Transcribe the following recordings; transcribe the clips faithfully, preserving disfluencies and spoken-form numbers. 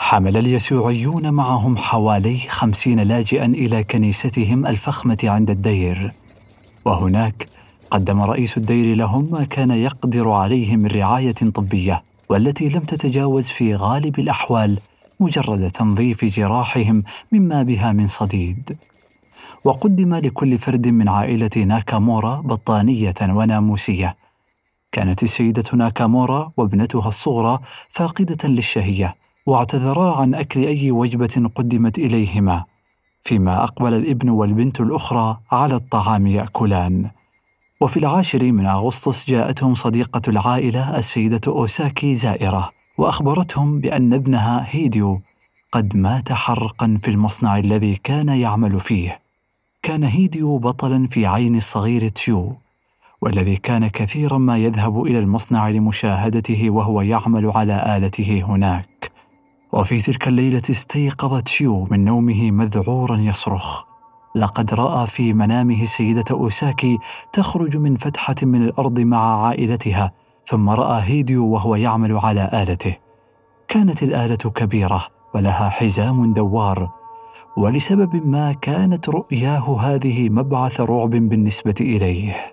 حمل اليسوعيون معهم حوالي خمسين لاجئاً إلى كنيستهم الفخمة عند الدير، وهناك قدم رئيس الدير لهم ما كان يقدر عليه من رعاية طبية، والتي لم تتجاوز في غالب الأحوال مجرد تنظيف جراحهم مما بها من صديد. وقدم لكل فرد من عائلة ناكامورا بطانية وناموسية. كانت السيدة ناكامورا وابنتها الصغرى فاقدة للشهية، واعتذرا عن أكل أي وجبة قدمت إليهما، فيما أقبل الابن والبنت الأخرى على الطعام يأكلان. وفي العاشر من أغسطس جاءتهم صديقة العائلة السيدة أوساكي زائرة، وأخبرتهم بأن ابنها هيديو قد مات حرقا في المصنع الذي كان يعمل فيه. كان هيديو بطلا في عين الصغير تشيو، والذي كان كثيرا ما يذهب إلى المصنع لمشاهدته وهو يعمل على آلته هناك. وفي تلك الليلة استيقظ تشيو من نومه مذعورا يصرخ. لقد رأى في منامه السيدة أوساكي تخرج من فتحة من الأرض مع عائلتها، ثم رأى هيديو وهو يعمل على آلته. كانت الآلة كبيرة ولها حزام دوار، ولسبب ما كانت رؤياه هذه مبعث رعب بالنسبة إليه.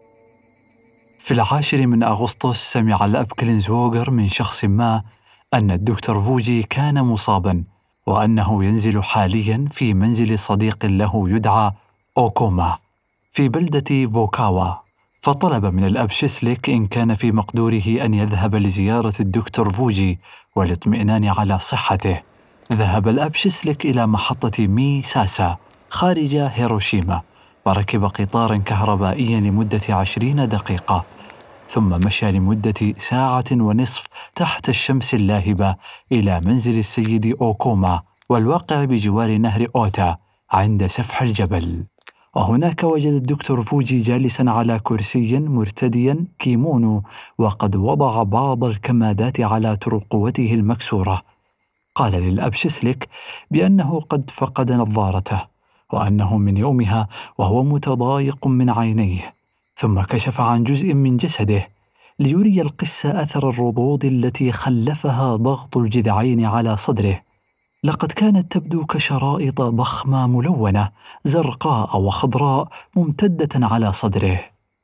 في العاشر من أغسطس سمع الأب كلينزوغر من شخص ما أن الدكتور فوجي كان مصابا، وأنه ينزل حاليا في منزل صديق له يدعى أوكوما في بلدة فوكاوا. فطلب من الأب شيسليك إن كان في مقدوره أن يذهب لزيارة الدكتور فوجي والاطمئنان على صحته. ذهب الأب شيسليك إلى محطة مي ساسا خارج هيروشيما، وركب قطار كهربائي لمدة عشرين دقيقة، ثم مشى لمدة ساعة ونصف تحت الشمس اللاهبة إلى منزل السيد أوكوما، والواقع بجوار نهر أوتا عند سفح الجبل. وهناك وجد الدكتور فوجي جالسا على كرسي مرتديا كيمونو، وقد وضع بعض الكمادات على ترقوته المكسورة. قال للأب شيسليك بأنه قد فقد نظارته، وأنه من يومها وهو متضايق من عينيه. ثم كشف عن جزء من جسده ليري القس أثر الرضوض التي خلفها ضغط الجذعين على صدره. لقد كانت تبدو كشرائط ضخمة ملونة زرقاء وخضراء ممتدة على صدره.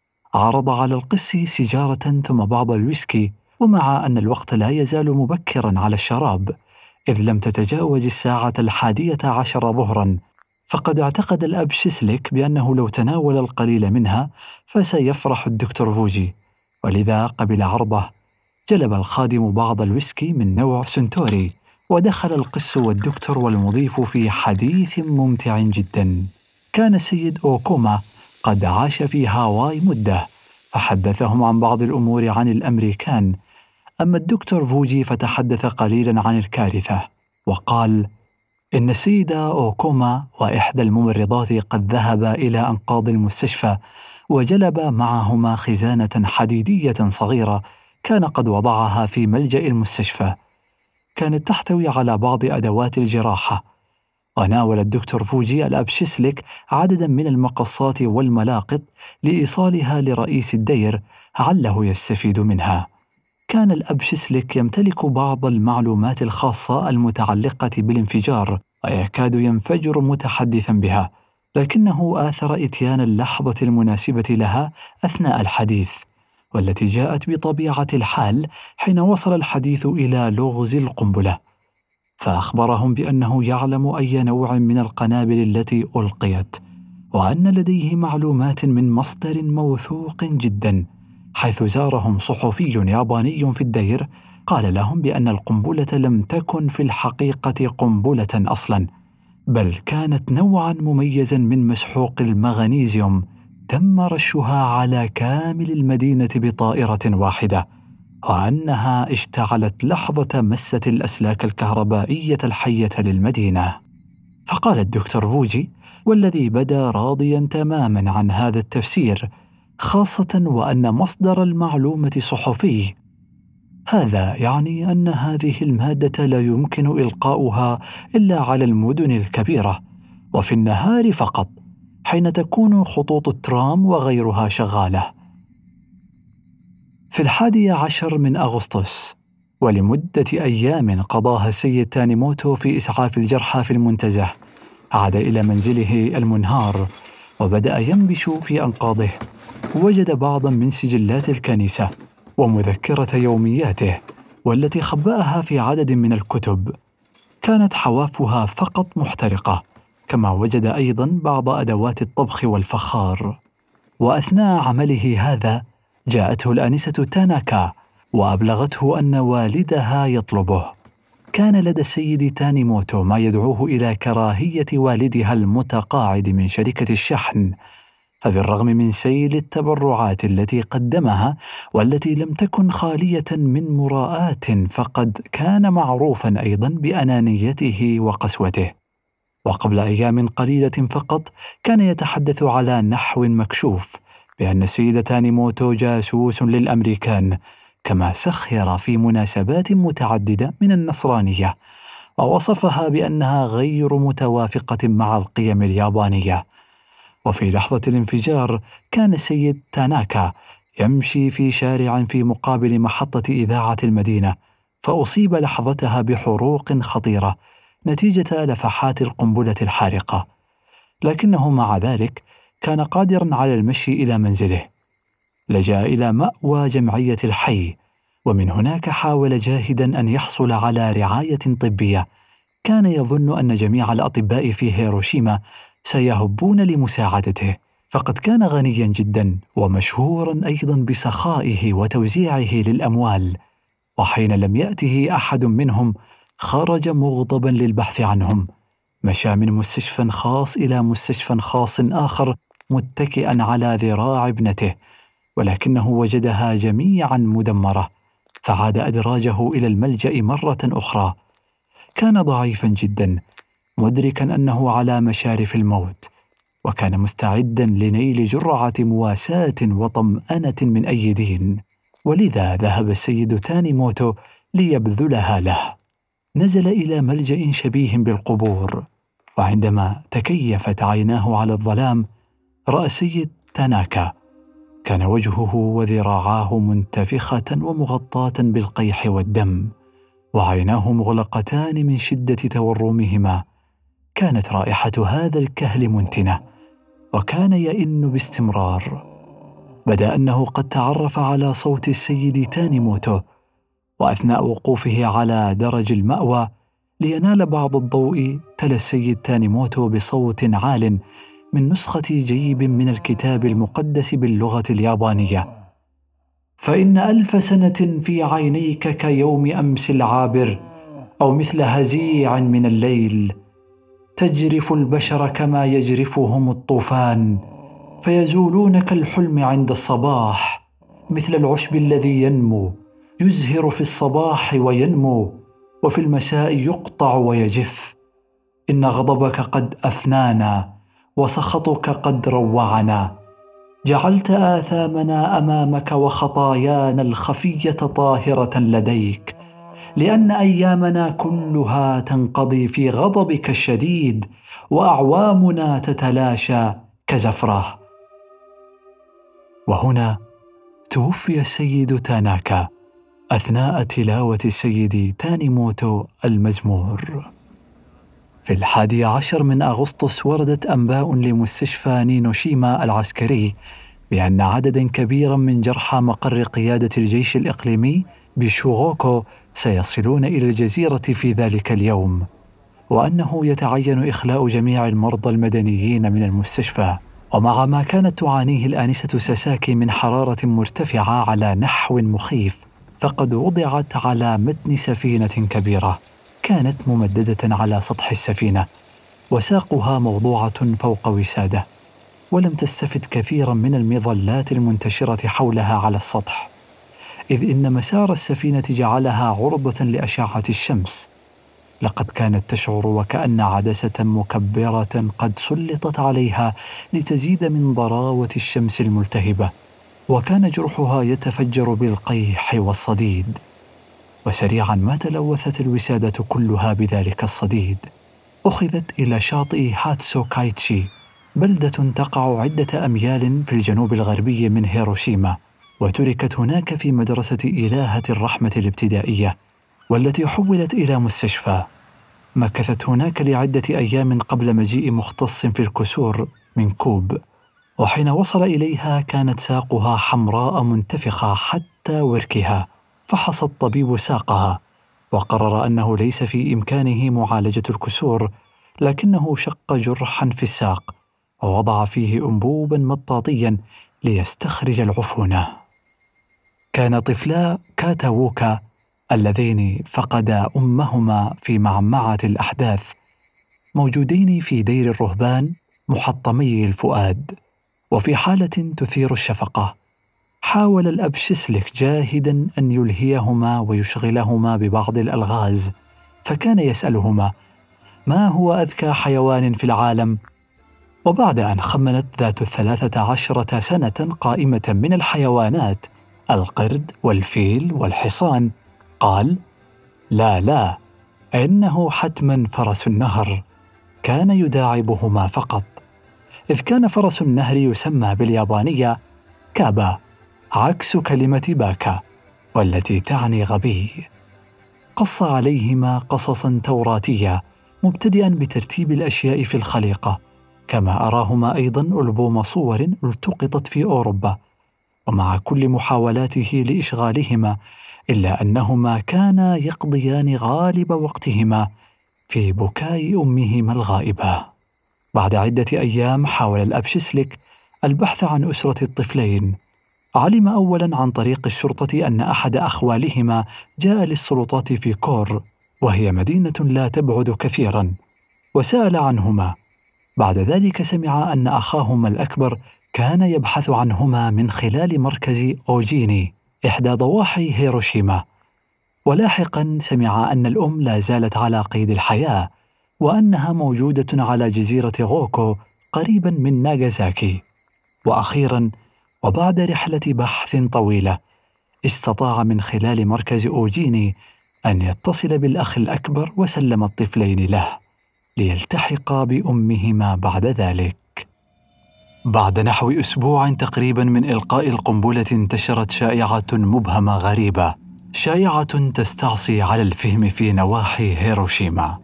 عرض على القس سيجارة ثم بعض الويسكي، ومع أن الوقت لا يزال مبكرا على الشراب إذ لم تتجاوز الساعة الحادية عشر ظهرا، فقد اعتقد الأب شيسليك بأنه لو تناول القليل منها فسيفرح الدكتور فوجي، ولذا قبل عرضه. جلب الخادم بعض الويسكي من نوع سنتوري، ودخل القس والدكتور والمضيف في حديث ممتع جدا. كان السيد أوكوما قد عاش في هاواي مدة، فحدثهم عن بعض الأمور عن الأمريكان. أما الدكتور فوجي فتحدث قليلا عن الكارثة، وقال إن السيدة أوكوما وإحدى الممرضات قد ذهبا إلى أنقاض المستشفى، وجلب معهما خزانة حديدية صغيرة كان قد وضعها في ملجأ المستشفى، كانت تحتوي على بعض أدوات الجراحة. وناول الدكتور فوجي الأب شيسليك عددا من المقصات والملاقط لإيصالها لرئيس الدير عله يستفيد منها. كان الأب شيسليك يمتلك بعض المعلومات الخاصة المتعلقة بالانفجار، ويكاد ينفجر متحدثا بها، لكنه آثر إتيان اللحظة المناسبة لها أثناء الحديث، والتي جاءت بطبيعة الحال حين وصل الحديث إلى لغز القنبلة. فأخبرهم بأنه يعلم أي نوع من القنابل التي ألقيت، وأن لديه معلومات من مصدر موثوق جدا، حيث زارهم صحفي ياباني في الدير قال لهم بأن القنبلة لم تكن في الحقيقة قنبلة أصلا، بل كانت نوعا مميزا من مسحوق المغنيسيوم تم رشها على كامل المدينة بطائرة واحدة، وأنها اشتعلت لحظة مست الأسلاك الكهربائية الحية للمدينة. فقال الدكتور فوجي، والذي بدا راضيا تماما عن هذا التفسير، خاصة وأن مصدر المعلومة صحفي: هذا يعني أن هذه المادة لا يمكن إلقاؤها إلا على المدن الكبيرة، وفي النهار فقط، حين تكون خطوط الترام وغيرها شغالة. في الحادي عشر من أغسطس ولمدة أيام قضاها السيد تانيموتو في إسعاف الجرحى في المنتزه، عاد إلى منزله المنهار وبدأ ينبش في أنقاضه. وجد بعضا من سجلات الكنيسة ومذكرة يومياته، والتي خبأها في عدد من الكتب كانت حوافها فقط محترقة، كما وجد أيضا بعض أدوات الطبخ والفخار. وأثناء عمله هذا جاءته الآنسة تاناكا وأبلغته أن والدها يطلبه. كان لدى السيد تانيموتو ما يدعوه إلى كراهية والدها المتقاعد من شركة الشحن، فبالرغم من سيل التبرعات التي قدمها والتي لم تكن خالية من مراءة، فقد كان معروفا أيضا بأنانيته وقسوته. وقبل أيام قليلة فقط كان يتحدث على نحو مكشوف بأن السيد تانيموتو جاسوس للأمريكان، كما سخر في مناسبات متعددة من النصرانية ووصفها بأنها غير متوافقة مع القيم اليابانية. وفي لحظة الانفجار كان السيد تاناكا يمشي في شارع في مقابل محطة إذاعة المدينة، فأصيب لحظتها بحروق خطيرة نتيجة لفحات القنبلة الحارقة، لكنه مع ذلك كان قادرا على المشي إلى منزله. لجأ إلى مأوى جمعية الحي، ومن هناك حاول جاهدا أن يحصل على رعاية طبية. كان يظن أن جميع الأطباء في هيروشيما سيهبون لمساعدته، فقد كان غنيا جدا ومشهورا أيضا بسخائه وتوزيعه للأموال، وحين لم يأته أحد منهم خرج مغضبا للبحث عنهم. مشى من مستشفى خاص إلى مستشفى خاص آخر متكئا على ذراع ابنته، ولكنه وجدها جميعا مدمرة، فعاد أدراجه إلى الملجأ مرة أخرى. كان ضعيفا جدا، مدركا أنه على مشارف الموت، وكان مستعدا لنيل جرعة مواساة وطمأنة من أي دين، ولذا ذهب السيد تانيموتو ليبذلها له. نزل إلى ملجأ شبيه بالقبور، وعندما تكيفت عيناه على الظلام رأى السيد تاناكا. كان وجهه وذراعاه منتفخة ومغطاة بالقيح والدم، وعيناه مغلقتان من شدة تورمهما. كانت رائحة هذا الكهل منتنة، وكان يئن باستمرار. بدا أنه قد تعرف على صوت السيد تانيموتو، وأثناء وقوفه على درج المأوى لينال بعض الضوء تلا السيد تانيموتو بصوت عال من نسخة جيب من الكتاب المقدس باللغة اليابانية: فإن ألف سنة في عينيك كيوم أمس العابر، أو مثل هزيع من الليل، تجرف البشر كما يجرفهم الطوفان، فيزولون كالحلم عند الصباح، مثل العشب الذي ينمو، يزهر في الصباح وينمو، وفي المساء يقطع ويجف. إن غضبك قد أفنانا، وسخطك قد روعنا. جعلت آثامنا أمامك وخطايانا الخفية طاهرة لديك، لأن أيامنا كلها تنقضي في غضبك الشديد، وأعوامنا تتلاشى كزفرة. وهنا توفي السيد تاناكا أثناء تلاوة السيد تانيموتو المزمور. في الحادي عشر من أغسطس وردت أنباء لمستشفى نينوشيما العسكري بأن عددا كبيرا من جرحى مقر قيادة الجيش الإقليمي بشوغوكو سيصلون إلى الجزيرة في ذلك اليوم، وأنه يتعين إخلاء جميع المرضى المدنيين من المستشفى. ومع ما كانت تعانيه الآنسة ساساكي من حرارة مرتفعة على نحو مخيف، فقد وضعت على متن سفينة كبيرة كانت ممددة على سطح السفينة، وساقها موضوعة فوق وسادة، ولم تستفد كثيرا من المظلات المنتشرة حولها على السطح، إذ إن مسار السفينة جعلها عرضة لأشعة الشمس. لقد كانت تشعر وكأن عدسة مكبرة قد سلطت عليها لتزيد من ضراوة الشمس الملتهبة، وكان جرحها يتفجر بالقيح والصديد. وسريعا ما تلوثت الوسادة كلها بذلك الصديد. أخذت إلى شاطئ هاتسو كايتشي، بلدة تقع عدة أميال في الجنوب الغربي من هيروشيما، وتركت هناك في مدرسة إلهة الرحمة الابتدائية، والتي حولت إلى مستشفى. مكثت هناك لعدة أيام قبل مجيء مختص في الكسور من كوب، وحين وصل إليها كانت ساقها حمراء منتفخة حتى وركها. فحص الطبيب ساقها وقرر أنه ليس في إمكانه معالجة الكسور، لكنه شق جرحا في الساق ووضع فيه أنبوبا مطاطيا ليستخرج العفونة. كان طفلا كاتاووكا اللذين فقدا أمهما في معمعة الأحداث موجودين في دير الرهبان محطمي الفؤاد وفي حالة تثير الشفقة. حاول الأب شيسلك جاهدا أن يلهيهما ويشغلهما ببعض الألغاز، فكان يسألهما: ما هو أذكى حيوان في العالم؟ وبعد أن خمنت ذات الثلاثة عشرة سنة قائمة من الحيوانات، القرد والفيل والحصان، قال: لا لا، إنه حتما فرس النهر. كان يداعبهما فقط، إذ كان فرس النهر يسمى باليابانية كابا، عكس كلمة باكا والتي تعني غبي. قص عليهما قصصا توراتية مبتدئا بترتيب الأشياء في الخليقة، كما أراهما أيضا ألبوم صور التقطت في أوروبا. ومع كل محاولاته لإشغالهما إلا أنهما كانا يقضيان غالب وقتهما في بكاء أمهما الغائبة. بعد عدة أيام حاول الأب شيسلك البحث عن أسرة الطفلين. علم أولا عن طريق الشرطة أن أحد أخوالهما جاء للسلطات في كور، وهي مدينة لا تبعد كثيرا، وسأل عنهما. بعد ذلك سمع أن أخاهما الأكبر كان يبحث عنهما من خلال مركز أوجيني إحدى ضواحي هيروشيما. ولاحقا سمع أن الأم لا زالت على قيد الحياة، وأنها موجودة على جزيرة غوكو قريبا من ناغازاكي. وأخيرا وبعد رحلة بحث طويلة استطاع من خلال مركز أوجيني أن يتصل بالأخ الأكبر وسلم الطفلين له ليلتحقا بأمهما بعد ذلك. بعد نحو أسبوع تقريبا من إلقاء القنبلة انتشرت شائعة مبهمة غريبة، شائعة تستعصي على الفهم في نواحي هيروشيما.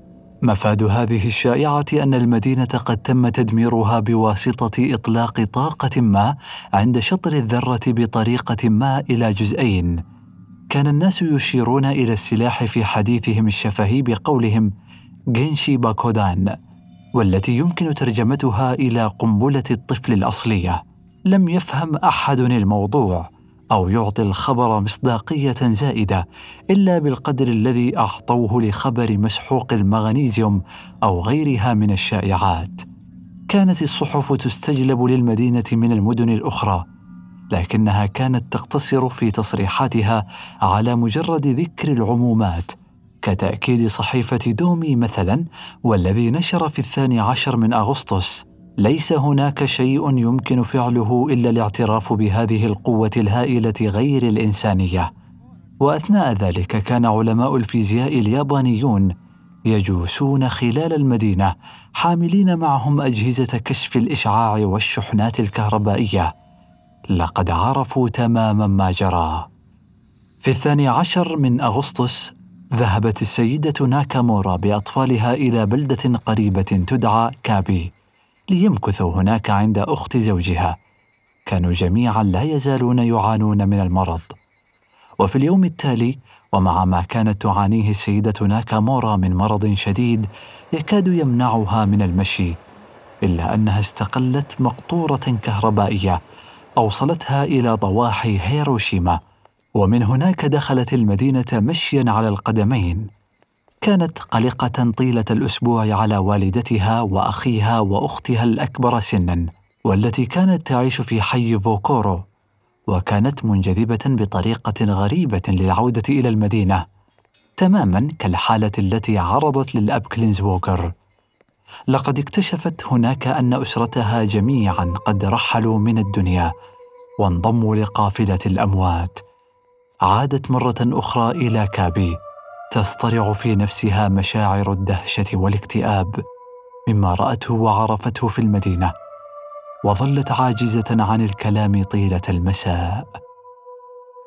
مفاد هذه الشائعة أن المدينة قد تم تدميرها بواسطة إطلاق طاقة ما عند شطر الذرة بطريقة ما إلى جزئين. كان الناس يشيرون إلى السلاح في حديثهم الشفهي بقولهم جينشي باكودان، والتي يمكن ترجمتها إلى قنبلة الطفل الأصلية. لم يفهم أحد الموضوع أو يعطي الخبر مصداقية زائدة إلا بالقدر الذي أعطوه لخبر مسحوق المغنيسيوم أو غيرها من الشائعات. كانت الصحف تستجلب للمدينة من المدن الأخرى، لكنها كانت تقتصر في تصريحاتها على مجرد ذكر العمومات، كتأكيد صحيفة دومي مثلا، والذي نشر في الثاني عشر من أغسطس: ليس هناك شيء يمكن فعله إلا الاعتراف بهذه القوة الهائلة غير الإنسانية. وأثناء ذلك كان علماء الفيزياء اليابانيون يجوسون خلال المدينة حاملين معهم أجهزة كشف الإشعاع والشحنات الكهربائية. لقد عرفوا تماما ما جرى. في الثاني عشر من أغسطس ذهبت السيدة ناكامورا بأطفالها إلى بلدة قريبة تدعى كابي ليمكثوا هناك عند أخت زوجها. كانوا جميعا لا يزالون يعانون من المرض. وفي اليوم التالي، ومع ما كانت تعانيه السيدة ناكامورا من مرض شديد يكاد يمنعها من المشي، إلا أنها استقلت مقطورة كهربائية أوصلتها إلى ضواحي هيروشيما، ومن هناك دخلت المدينة مشيا على القدمين. كانت قلقة طيلة الأسبوع على والدتها وأخيها وأختها الأكبر سنا، والتي كانت تعيش في حي فوكورو، وكانت منجذبة بطريقة غريبة للعودة إلى المدينة، تماما كالحالة التي عرضت للأب كلينزووكر. لقد اكتشفت هناك أن أسرتها جميعا قد رحلوا من الدنيا وانضموا لقافلة الأموات. عادت مرة أخرى إلى كابي تصطرع في نفسها مشاعر الدهشة والاكتئاب مما رأته وعرفته في المدينة، وظلت عاجزة عن الكلام طيلة المساء.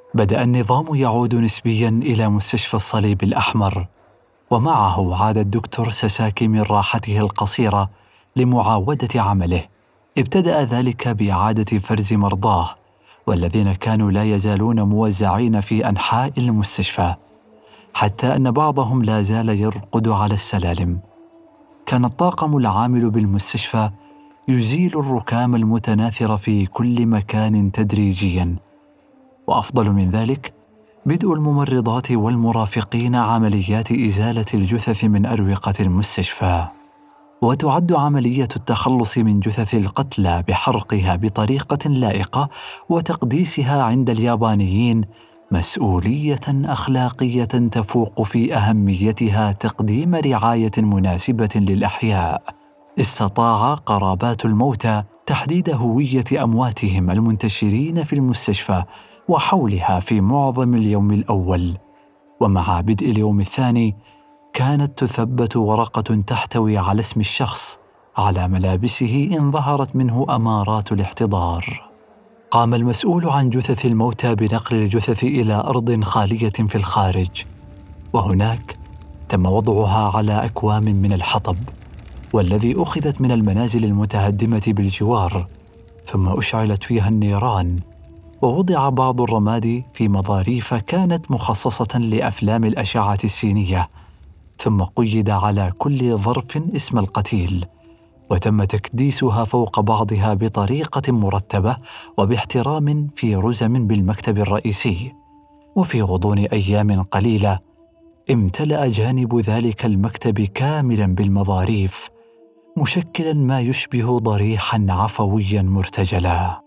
بدأ النظام يعود نسبياً إلى مستشفى الصليب الأحمر، ومعه عاد الدكتور ساساكي من راحته القصيرة لمعاودة عمله. ابتدأ ذلك بإعادة فرز مرضاه، والذين كانوا لا يزالون موزعين في أنحاء المستشفى، حتى أن بعضهم لا زال يرقد على السلالم. كان الطاقم العامل بالمستشفى يزيل الركام المتناثرة في كل مكان تدريجياً، وأفضل من ذلك بدء الممرضات والمرافقين عمليات إزالة الجثث من أروقة المستشفى. وتعد عملية التخلص من جثث القتلى بحرقها بطريقة لائقة وتقديسها عند اليابانيين مسؤولية أخلاقية تفوق في أهميتها تقديم رعاية مناسبة للأحياء. استطاع قرابات الموتى تحديد هوية أمواتهم المنتشرين في المستشفى وحولها في معظم اليوم الأول، ومع بدء اليوم الثاني كانت تثبت ورقة تحتوي على اسم الشخص على ملابسه إن ظهرت منه أمارات الاحتضار. قام المسؤول عن جثث الموتى بنقل الجثث إلى أرض خالية في الخارج، وهناك تم وضعها على أكوام من الحطب والذي أخذت من المنازل المتهدمة بالجوار، ثم أشعلت فيها النيران، ووضع بعض الرماد في مظاريف كانت مخصصة لأفلام الأشعة السينية، ثم قيد على كل ظرف اسم القتيل، وتم تكديسها فوق بعضها بطريقة مرتبة وباحترام في رزم بالمكتب الرئيسي. وفي غضون أيام قليلة امتلأ جانب ذلك المكتب كاملا بالمظاريف، مشكلا ما يشبه ضريحا عفويا مرتجلا.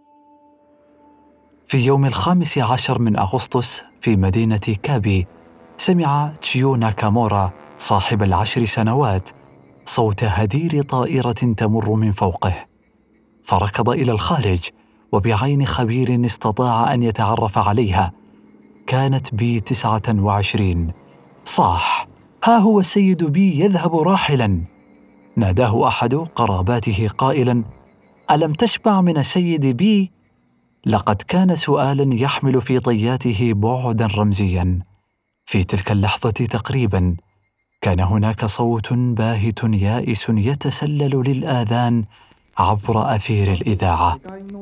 في يوم الخامس عشر من أغسطس في مدينة كابي، سمع تشيو ناكامورا صاحب العشر سنوات صوت هدير طائرة تمر من فوقه، فركض إلى الخارج، وبعين خبير استطاع أن يتعرف عليها كانت بي تسعة وعشرين. صاح: ها هو السيد بي يذهب راحلا. ناداه أحد قراباته قائلا: ألم تشبع من السيد بي؟ لقد كان سؤالا يحمل في طياته بعدا رمزيا. في تلك اللحظة تقريبا كان هناك صوت باهت يائس يتسلل للآذان عبر أثير الإذاعة.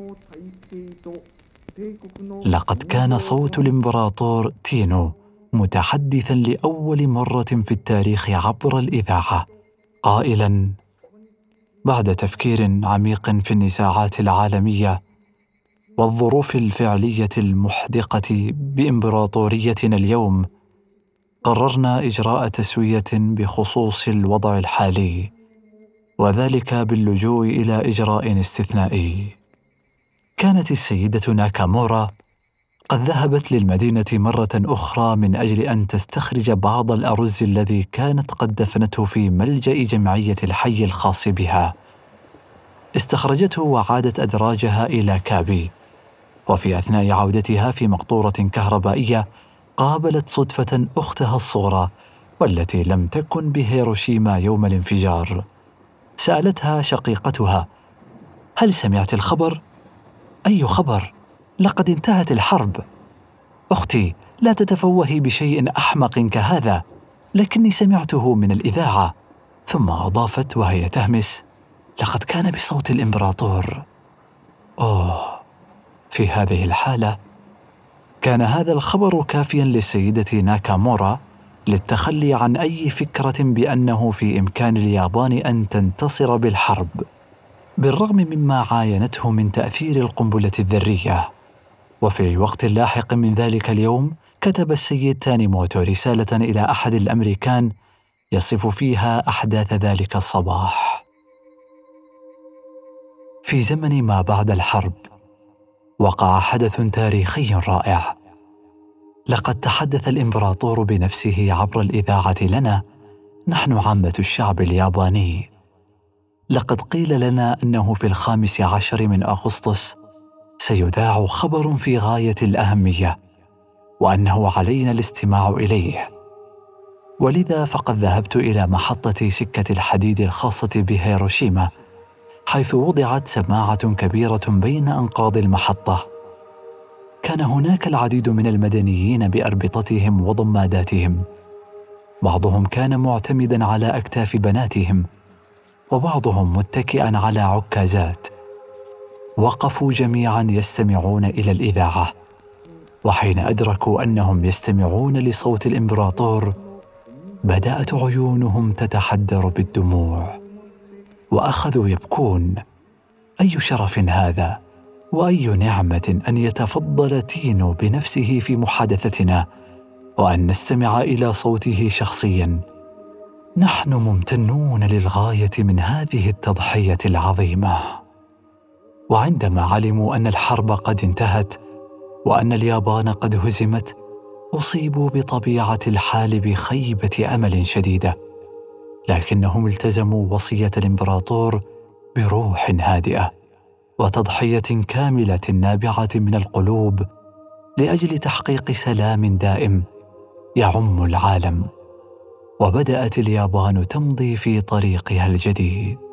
لقد كان صوت الإمبراطور تينو متحدثا لأول مرة في التاريخ عبر الإذاعة، قائلا: بعد تفكير عميق في النزاعات العالمية والظروف الفعلية المحدقة بإمبراطوريتنا اليوم، قررنا إجراء تسوية بخصوص الوضع الحالي، وذلك باللجوء إلى إجراء استثنائي. كانت السيدة ناكامورا قد ذهبت للمدينة مرة أخرى من أجل أن تستخرج بعض الأرز الذي كانت قد دفنته في ملجأ جمعية الحي الخاص بها. استخرجته وعادت أدراجها إلى كابي، وفي أثناء عودتها في مقطورة كهربائية قابلت صدفة أختها الصغرى والتي لم تكن بهيروشيما يوم الانفجار. سألتها شقيقتها: هل سمعت الخبر؟ أي خبر؟ لقد انتهت الحرب. أختي، لا تتفوهي بشيء أحمق كهذا، لكني سمعته من الإذاعة. ثم أضافت وهي تهمس: لقد كان بصوت الإمبراطور. أوه، في هذه الحالة كان هذا الخبر كافيا للسيدة ناكامورا للتخلي عن أي فكرة بأنه في إمكان اليابان أن تنتصر بالحرب، بالرغم مما عاينته من تأثير القنبلة الذرية. وفي وقت لاحق من ذلك اليوم كتب السيد تانيموتو رسالة إلى أحد الأمريكان يصف فيها أحداث ذلك الصباح: في زمن ما بعد الحرب وقع حدث تاريخي رائع. لقد تحدث الإمبراطور بنفسه عبر الإذاعة لنا نحن عامة الشعب الياباني. لقد قيل لنا أنه في الخامس عشر من أغسطس سيذاع خبر في غاية الأهمية، وأنه علينا الاستماع إليه. ولذا فقد ذهبت إلى محطة سكة الحديد الخاصة بهيروشيما، حيث وضعت سماعة كبيرة بين أنقاض المحطة. كان هناك العديد من المدنيين بأربطتهم وضماداتهم، بعضهم كان معتمدا على أكتاف بناتهم، وبعضهم متكئا على عكازات. وقفوا جميعا يستمعون إلى الإذاعة، وحين أدركوا أنهم يستمعون لصوت الإمبراطور بدأت عيونهم تتحدر بالدموع، وأخذوا يبكون. أي شرف هذا، وأي نعمة أن يتفضل تينو بنفسه في محادثتنا، وأن نستمع إلى صوته شخصيا. نحن ممتنون للغاية من هذه التضحية العظيمة. وعندما علموا أن الحرب قد انتهت وأن اليابان قد هزمت، أصيبوا بطبيعة الحال بخيبة أمل شديدة، لكنهم التزموا وصية الإمبراطور بروح هادئة وتضحية كاملة نابعة من القلوب لأجل تحقيق سلام دائم يعم العالم. وبدأت اليابان تمضي في طريقها الجديد.